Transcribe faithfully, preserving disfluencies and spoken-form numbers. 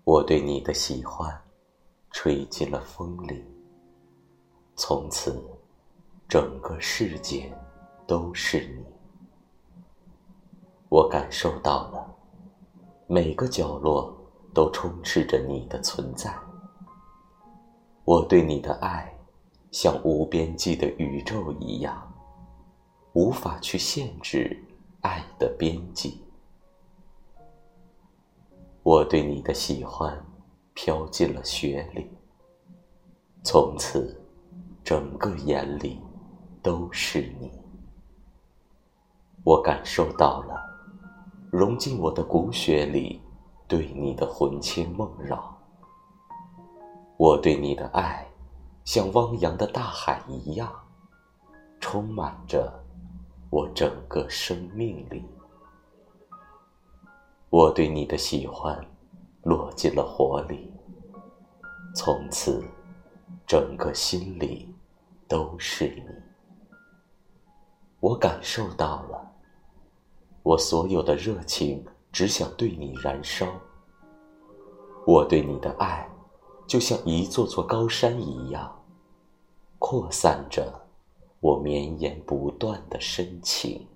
我对你的喜欢吹进了风里，从此整个世界都是你。我感受到了，每个角落都充斥着你的存在。我对你的爱像无边际的宇宙一样，无法去限制爱的边际。我对你的喜欢飘进了雪里，从此整个眼里都是你。我感受到了，融进我的骨血里对你的魂牵梦绕。我对你的爱像汪洋的大海一样，充满着我整个生命里。我对你的喜欢落进了火里，从此整个心里都是你。我感受到了，我所有的热情只想对你燃烧。我对你的爱就像一座座高山一样，扩散着我绵延不断的深情。